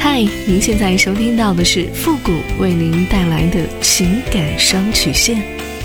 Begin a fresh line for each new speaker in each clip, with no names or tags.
嗨，您现在收听到的是复古为您带来的情感双曲线。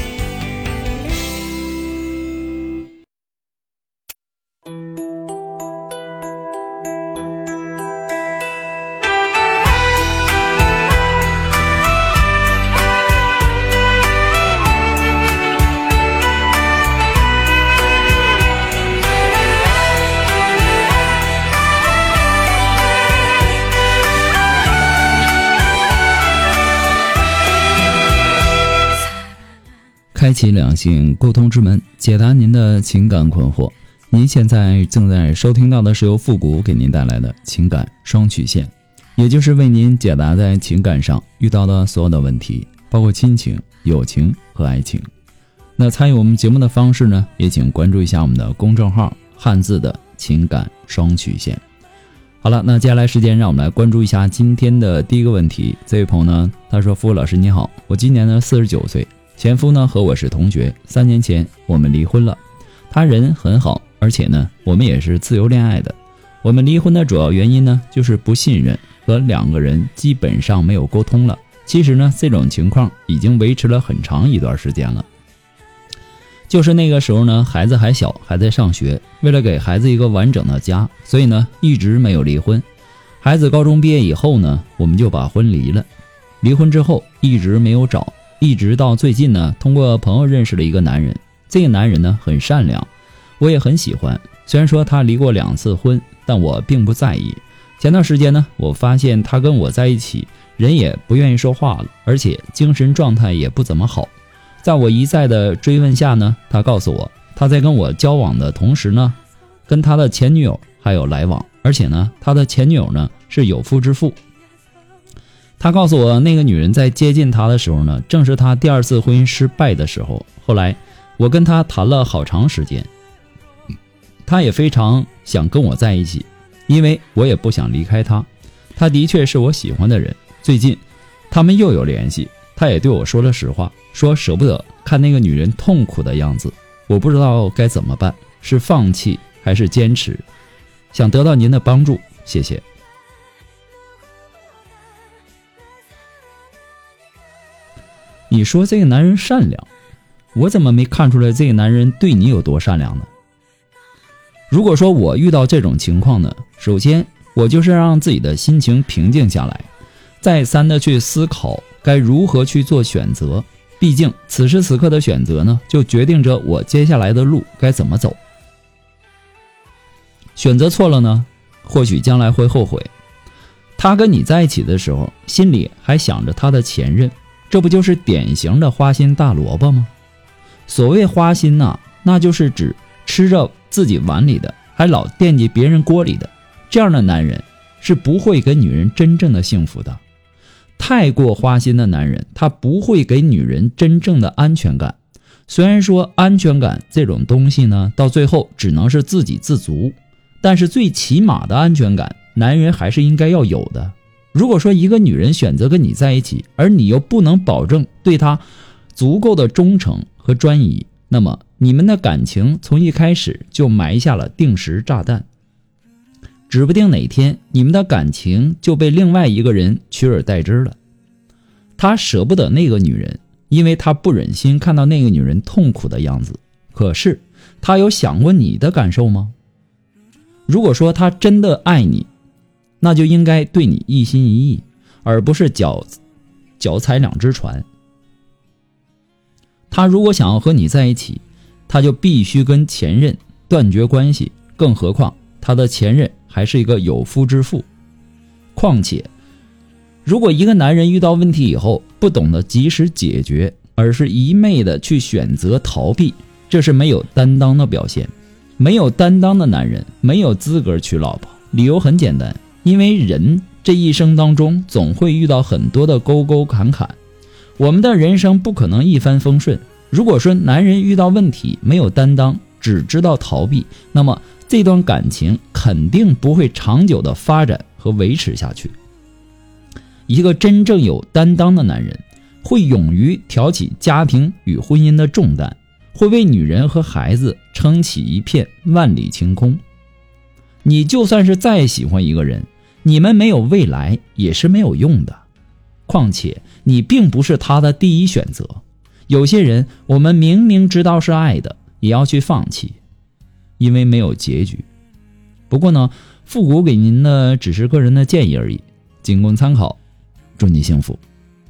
开启两性沟通之门，解答您的情感困惑。您现在正在收听到的是由复古给您带来的情感双曲线，也就是为您解答在情感上遇到的所有的问题，包括亲情、友情和爱情。那参与我们节目的方式呢，也请关注一下我们的公众号汉字的情感双曲线。好了，那接下来时间让我们来关注一下今天的第一个问题。这位朋友呢，他说：复古老师你好，我今年呢49岁，前夫呢和我是同学，3年前我们离婚了。他人很好，而且呢我们也是自由恋爱的。我们离婚的主要原因呢就是不信任和两个人基本上没有沟通了。其实呢这种情况已经维持了很长一段时间了。就是那个时候呢孩子还小，还在上学，为了给孩子一个完整的家，所以呢一直没有离婚。孩子高中毕业以后呢我们就把婚离了。离婚之后一直没有找，一直到最近呢通过朋友认识了一个男人。这个男人呢很善良，我也很喜欢。虽然说他离过2次婚，但我并不在意。前段时间呢我发现他跟我在一起，人也不愿意说话了，而且精神状态也不怎么好。在我一再的追问下呢，他告诉我他在跟我交往的同时呢跟他的前女友还有来往，而且呢他的前女友呢是有妇之夫。他告诉我那个女人在接近他的时候呢正是他第2次婚姻失败的时候。后来我跟他谈了好长时间，他也非常想跟我在一起，因为我也不想离开他。他的确是我喜欢的人。最近他们又有联系，他也对我说了实话，说舍不得看那个女人痛苦的样子。我不知道该怎么办，是放弃还是坚持？想得到您的帮助，谢谢。你说这个男人善良，我怎么没看出来这个男人对你有多善良呢？如果说我遇到这种情况呢，首先我就是让自己的心情平静下来，再三的去思考该如何去做选择。毕竟此时此刻的选择呢，就决定着我接下来的路该怎么走。选择错了呢，或许将来会后悔。他跟你在一起的时候，心里还想着他的前任，这不就是典型的花心大萝卜吗？所谓花心呐，那就是指吃着自己碗里的，还老惦记别人锅里的。这样的男人是不会给女人真正的幸福的。太过花心的男人，他不会给女人真正的安全感。虽然说安全感这种东西呢，到最后只能是自给自足，但是最起码的安全感，男人还是应该要有的。如果说一个女人选择跟你在一起，而你又不能保证对她足够的忠诚和专一，那么你们的感情从一开始就埋下了定时炸弹，指不定哪天你们的感情就被另外一个人取而代之了。他舍不得那个女人，因为他不忍心看到那个女人痛苦的样子。可是他有想过你的感受吗？如果说他真的爱你，那就应该对你一心一意，而不是脚踩2只船。他如果想要和你在一起，他就必须跟前任断绝关系，更何况他的前任还是一个有夫之妇。况且如果一个男人遇到问题以后不懂得及时解决，而是一昧的去选择逃避，这是没有担当的表现。没有担当的男人没有资格娶老婆，理由很简单，因为人这一生当中总会遇到很多的沟沟坎坎，我们的人生不可能一帆风顺。如果说男人遇到问题没有担当，只知道逃避，那么这段感情肯定不会长久的发展和维持下去。一个真正有担当的男人会勇于挑起家庭与婚姻的重担，会为女人和孩子撑起一片万里晴空。你就算是再喜欢一个人， 你们没有未来也是没有用的。况且你并不是他的第一选择，有些人我们明明知道是爱的，也要去放弃，因为没有结局。不过呢，复古给您的只是个人的建议而已，仅供参考。祝你幸福。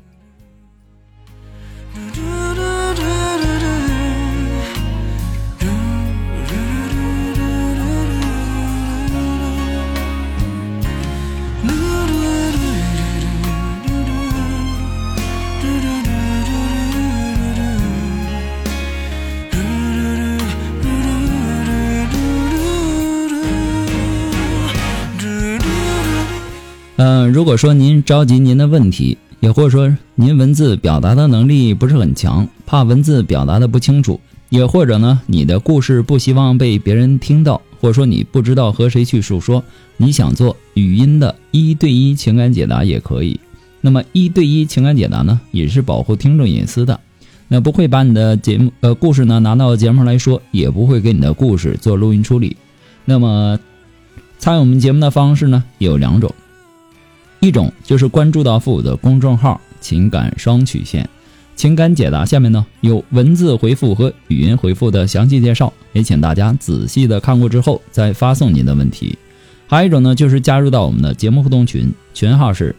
如果说您着急您的问题，也或者说您文字表达的能力不是很强，怕文字表达的不清楚，也或者呢你的故事不希望被别人听到，或者说你不知道和谁去诉说，你想做语音的1对1情感解答也可以。那么1对1情感解答呢也是保护听众隐私的，那不会把你的故事呢拿到节目来说，也不会给你的故事做录音处理。那么参与我们节目的方式呢也有2种，一种就是关注到复古的公众号情感双曲线情感解答，下面呢有文字回复和语音回复的详细介绍，也请大家仔细的看过之后再发送您的问题。还有一种呢就是加入到我们的节目互动群，群号是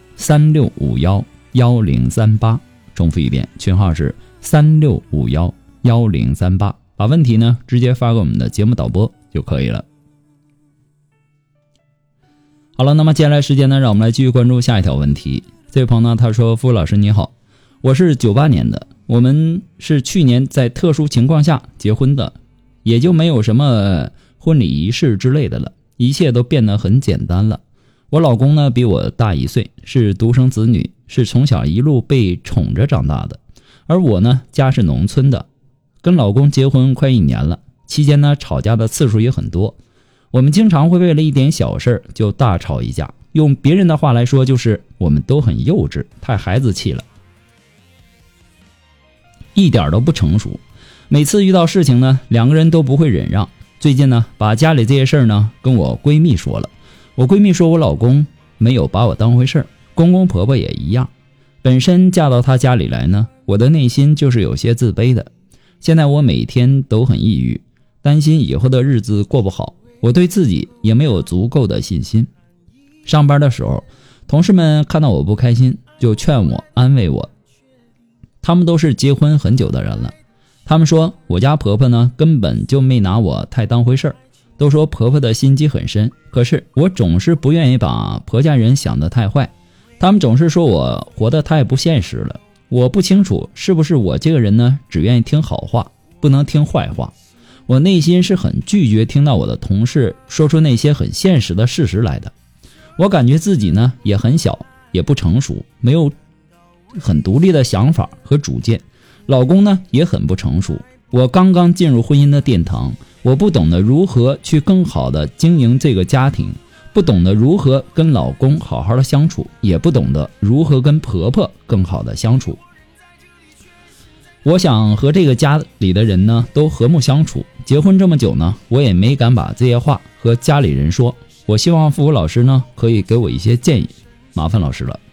36511038，重复一遍，群号是36511038，把问题呢直接发给我们的节目导播就可以了。好了，那么接下来时间呢，让我们来继续关注下一条问题。这位朋友呢，他说：付老师你好，我是98年的，我们是去年在特殊情况下结婚的，也就没有什么婚礼仪式之类的了，一切都变得很简单了。我老公呢比我大1岁，是独生子女，是从小一路被宠着长大的，而我呢家是农村的，跟老公结婚快1年了，期间呢吵架的次数也很多。我们经常会为了一点小事就大吵一架，用别人的话来说就是我们都很幼稚，太孩子气了，一点都不成熟。每次遇到事情呢2个人都不会忍让。最近呢把家里这些事呢跟我闺蜜说了，我闺蜜说我老公没有把我当回事，公公婆婆也一样。本身嫁到他家里来呢，我的内心就是有些自卑的。现在我每天都很抑郁，担心以后的日子过不好，我对自己也没有足够的信心。上班的时候，同事们看到我不开心，就劝我安慰我。他们都是结婚很久的人了，他们说我家婆婆呢根本就没拿我太当回事儿，都说婆婆的心机很深，可是我总是不愿意把婆家人想得太坏，他们总是说我活得太不现实了。我不清楚是不是我这个人呢只愿意听好话，不能听坏话。我内心是很拒绝听到我的同事说出那些很现实的事实来的。我感觉自己呢也很小，也不成熟，没有很独立的想法和主见。老公呢也很不成熟，我刚刚进入婚姻的殿堂，我不懂得如何去更好的经营这个家庭，不懂得如何跟老公好好的相处，也不懂得如何跟婆婆更好的相处。我想和这个家里的人呢都和睦相处，结婚这么久呢，我也没敢把这些话和家里人说。我希望复古老师呢可以给我一些建议，麻烦老师了。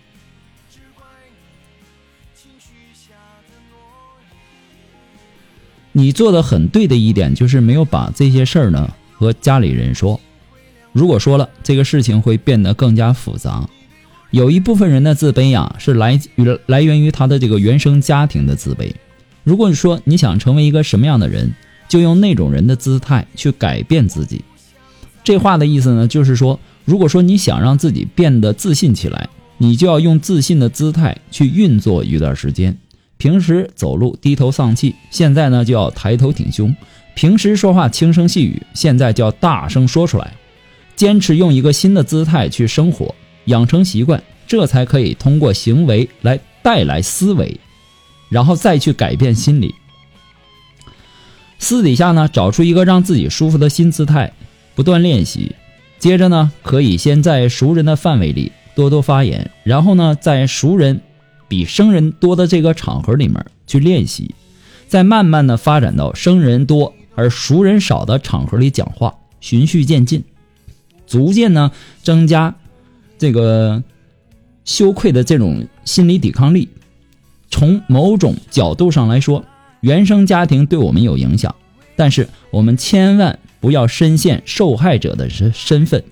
你做的很对的一点就是没有把这些事儿呢和家里人说，如果说了，这个事情会变得更加复杂。有一部分人的自卑啊是来源于他的这个原生家庭的自卑。如果说你想成为一个什么样的人，就用那种人的姿态去改变自己。这话的意思呢就是说，如果说你想让自己变得自信起来，你就要用自信的姿态去运作一段时间。平时走路低头丧气，现在呢就要抬头挺胸；平时说话轻声细语，现在就要大声说出来。坚持用一个新的姿态去生活，养成习惯，这才可以通过行为来带来思维，然后再去改变心理。私底下呢找出一个让自己舒服的新姿态，不断练习。接着呢可以先在熟人的范围里多多发言，然后呢在熟人比生人多的这个场合里面去练习，再慢慢的发展到生人多而熟人少的场合里讲话，循序渐进，逐渐呢增加这个羞愧的这种心理抵抗力。从某种角度上来说，原生家庭对我们有影响，但是我们千万不要深陷受害者的身份。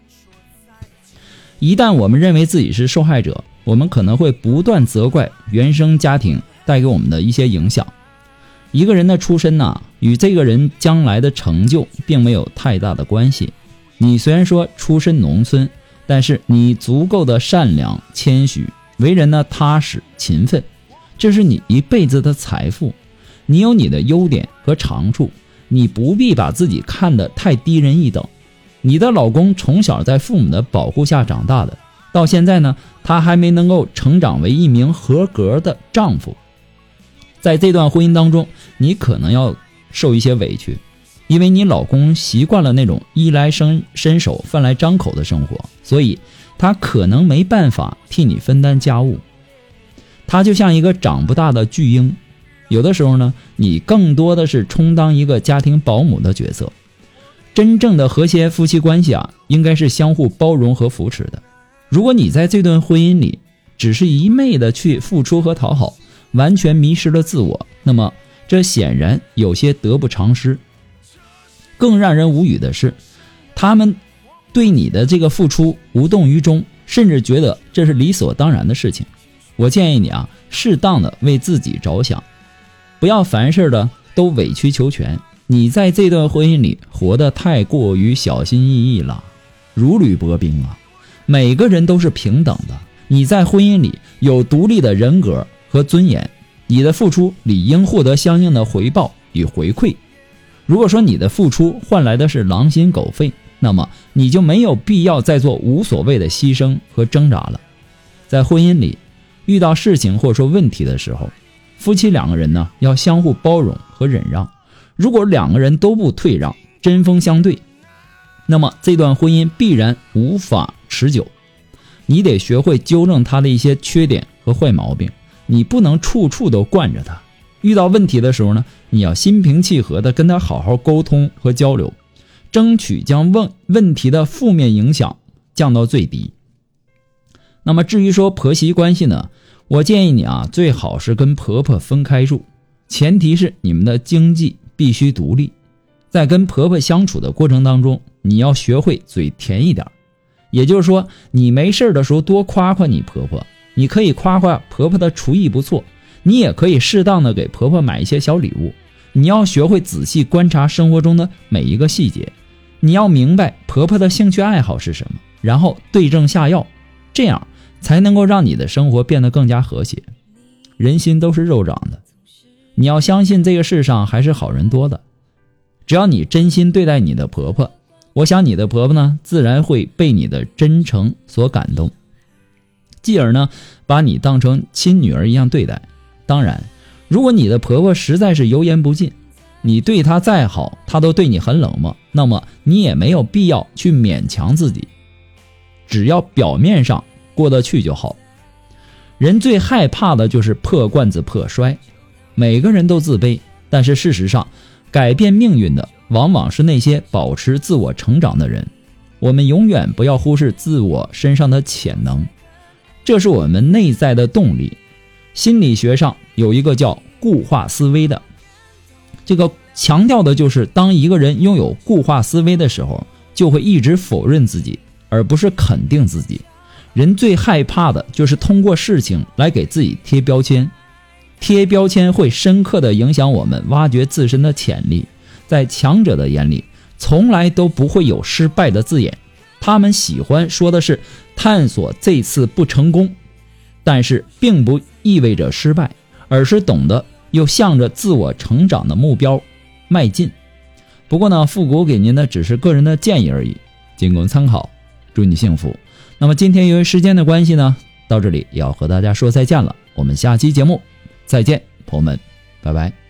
一旦我们认为自己是受害者，我们可能会不断责怪原生家庭带给我们的一些影响。一个人的出身与这个人将来的成就并没有太大的关系。你虽然说出身农村，但是你足够的善良谦虚，为人呢踏实勤奋，这是你一辈子的财富。你有你的优点和长处，你不必把自己看得太低人一等。你的老公从小在父母的保护下长大的，到现在呢，他还没能够成长为一名合格的丈夫。在这段婚姻当中，你可能要受一些委屈，因为你老公习惯了那种衣来伸手饭来张口的生活，所以他可能没办法替你分担家务。他就像一个长不大的巨婴，有的时候呢，你更多的是充当一个家庭保姆的角色。真正的和谐夫妻关系应该是相互包容和扶持的。如果你在这段婚姻里只是一昧的去付出和讨好，完全迷失了自我，那么这显然有些得不偿失。更让人无语的是，他们对你的这个付出无动于衷，甚至觉得这是理所当然的事情。我建议你适当的为自己着想，不要凡事的都委曲求全。你在这段婚姻里活得太过于小心翼翼了，如履薄冰每个人都是平等的，你在婚姻里有独立的人格和尊严，你的付出理应获得相应的回报与回馈。如果说你的付出换来的是狼心狗肺，那么你就没有必要再做无所谓的牺牲和挣扎了。在婚姻里遇到事情或者说问题的时候，夫妻两个人呢要相互包容和忍让。如果两个人都不退让，针锋相对，那么这段婚姻必然无法持久。你得学会纠正他的一些缺点和坏毛病，你不能处处都惯着他。遇到问题的时候呢，你要心平气和的跟他好好沟通和交流，争取将问题的负面影响降到最低。那么至于说婆媳关系呢，我建议你最好是跟婆婆分开住，前提是你们的经济必须独立。在跟婆婆相处的过程当中，你要学会嘴甜一点，也就是说你没事的时候多夸夸你婆婆，你可以夸夸婆婆的厨艺不错，你也可以适当的给婆婆买一些小礼物。你要学会仔细观察生活中的每一个细节，你要明白婆婆的兴趣爱好是什么，然后对症下药，这样才能够让你的生活变得更加和谐。人心都是肉长的，你要相信这个世上还是好人多的。只要你真心对待你的婆婆，我想你的婆婆呢，自然会被你的真诚所感动，继而呢，把你当成亲女儿一样对待。当然，如果你的婆婆实在是油盐不进，你对她再好，她都对你很冷漠，那么你也没有必要去勉强自己，只要表面上过得去就好。人最害怕的就是破罐子破摔，每个人都自卑，但是事实上改变命运的往往是那些保持自我成长的人。我们永远不要忽视自我身上的潜能，这是我们内在的动力。心理学上有一个叫固化思维的，这个强调的就是当一个人拥有固化思维的时候，就会一直否认自己，而不是肯定自己。人最害怕的就是通过事情来给自己贴标签，贴标签会深刻地影响我们挖掘自身的潜力。在强者的眼里，从来都不会有失败的字眼，他们喜欢说的是探索这次不成功，但是并不意味着失败，而是懂得又向着自我成长的目标迈进。不过呢，复古给您的只是个人的建议而已，仅供参考，祝你幸福。那么今天由于时间的关系呢，到这里也要和大家说再见了，我们下期节目再见，朋友们，拜拜。